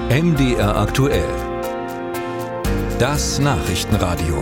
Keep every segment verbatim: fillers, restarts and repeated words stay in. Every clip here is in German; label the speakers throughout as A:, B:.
A: M D R aktuell. Das Nachrichtenradio.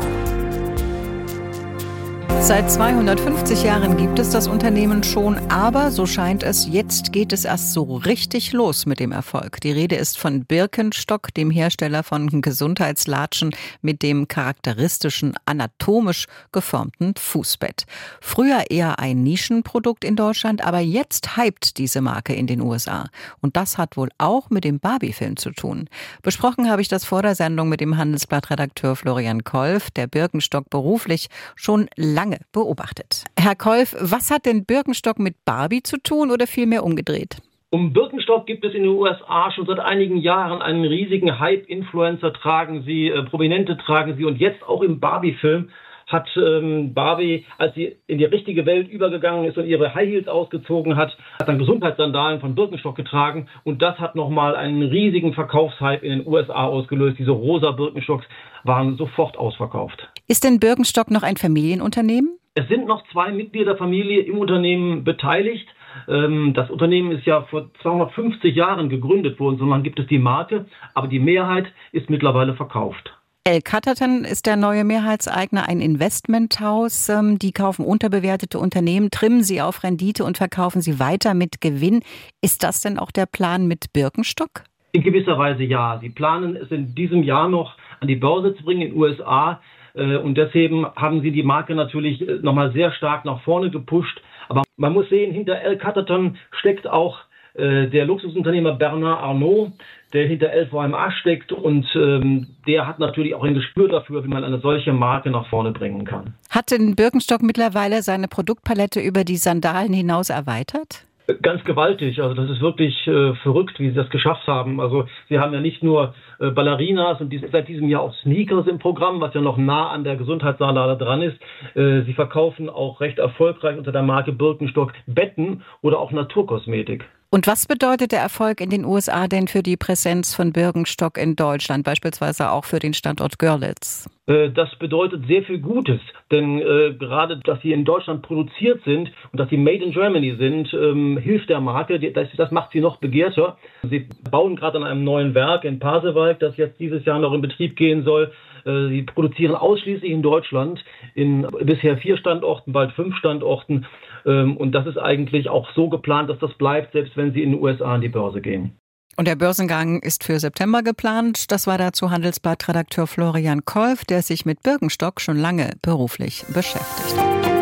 B: Seit zweihundertfünfzig Jahren gibt es das Unternehmen schon, aber so scheint es, jetzt geht es erst so richtig los mit dem Erfolg. Die Rede ist von Birkenstock, dem Hersteller von Gesundheitslatschen mit dem charakteristischen, anatomisch geformten Fußbett. Früher eher ein Nischenprodukt in Deutschland, aber jetzt hypt diese Marke in den U S A. Und das hat wohl auch mit dem Barbie-Film zu tun. Besprochen habe ich das vor der Sendung mit dem Handelsblatt-Redakteur Florian Kolf, der Birkenstock beruflich schon lange beobachtet. Herr Kolf, was hat denn Birkenstock mit Barbie zu tun oder vielmehr umgedreht?
C: Um Birkenstock gibt es in den U S A schon seit einigen Jahren einen riesigen Hype. Influencer tragen sie, äh, Prominente tragen sie und jetzt auch im Barbie-Film hat ähm, Barbie, als sie in die richtige Welt übergegangen ist und ihre High Heels ausgezogen hat, hat dann Gesundheitssandalen von Birkenstock getragen und das hat nochmal einen riesigen Verkaufshype in den U S A ausgelöst. Diese rosa Birkenstocks waren sofort ausverkauft.
B: Ist denn Birkenstock noch ein Familienunternehmen?
C: Es sind noch zwei Mitglieder der Familie im Unternehmen beteiligt. Das Unternehmen ist ja vor zweihundertfünfzig Jahren gegründet worden, so lange gibt es die Marke, aber die Mehrheit ist mittlerweile verkauft.
B: L Catterton ist der neue Mehrheitseigner, ein Investmenthaus. Die kaufen unterbewertete Unternehmen, trimmen sie auf Rendite und verkaufen sie weiter mit Gewinn. Ist das denn auch der Plan mit Birkenstock?
C: In gewisser Weise ja. Sie planen es in diesem Jahr noch an die Börse zu bringen in den U S A. Und deswegen haben sie die Marke natürlich nochmal sehr stark nach vorne gepusht. Aber man muss sehen, hinter L Catterton steckt auch äh, der Luxusunternehmer Bernard Arnault, der hinter L V M H steckt. Und ähm, der hat natürlich auch ein Gespür dafür, wie man eine solche Marke nach vorne bringen kann.
B: Hat denn Birkenstock mittlerweile seine Produktpalette über die Sandalen hinaus erweitert?
C: Ganz gewaltig, also das ist wirklich äh, verrückt, wie sie das geschafft haben. Also sie haben ja nicht nur äh, Ballerinas und die, seit diesem Jahr auch Sneakers im Programm, was ja noch nah an der Gesundheitssandale dran ist. Äh, sie verkaufen auch recht erfolgreich unter der Marke Birkenstock Betten oder auch Naturkosmetik.
B: Und was bedeutet der Erfolg in den U S A denn für die Präsenz von Birkenstock in Deutschland, beispielsweise auch für den Standort Görlitz?
C: Das bedeutet sehr viel Gutes, denn äh, gerade, dass sie in Deutschland produziert sind und dass sie made in Germany sind, ähm, hilft der Marke, das, das macht sie noch begehrter. Sie bauen gerade an einem neuen Werk in Pasewalk, das jetzt dieses Jahr noch in Betrieb gehen soll. Äh, sie produzieren ausschließlich in Deutschland, in bisher vier Standorten, bald fünf Standorten. Ähm, und das ist eigentlich auch so geplant, dass das bleibt, selbst wenn sie in den U S A an die Börse gehen.
B: Und der Börsengang ist für September geplant. Das war dazu Handelsblatt-Redakteur Florian Kolf, der sich mit Birkenstock schon lange beruflich beschäftigt.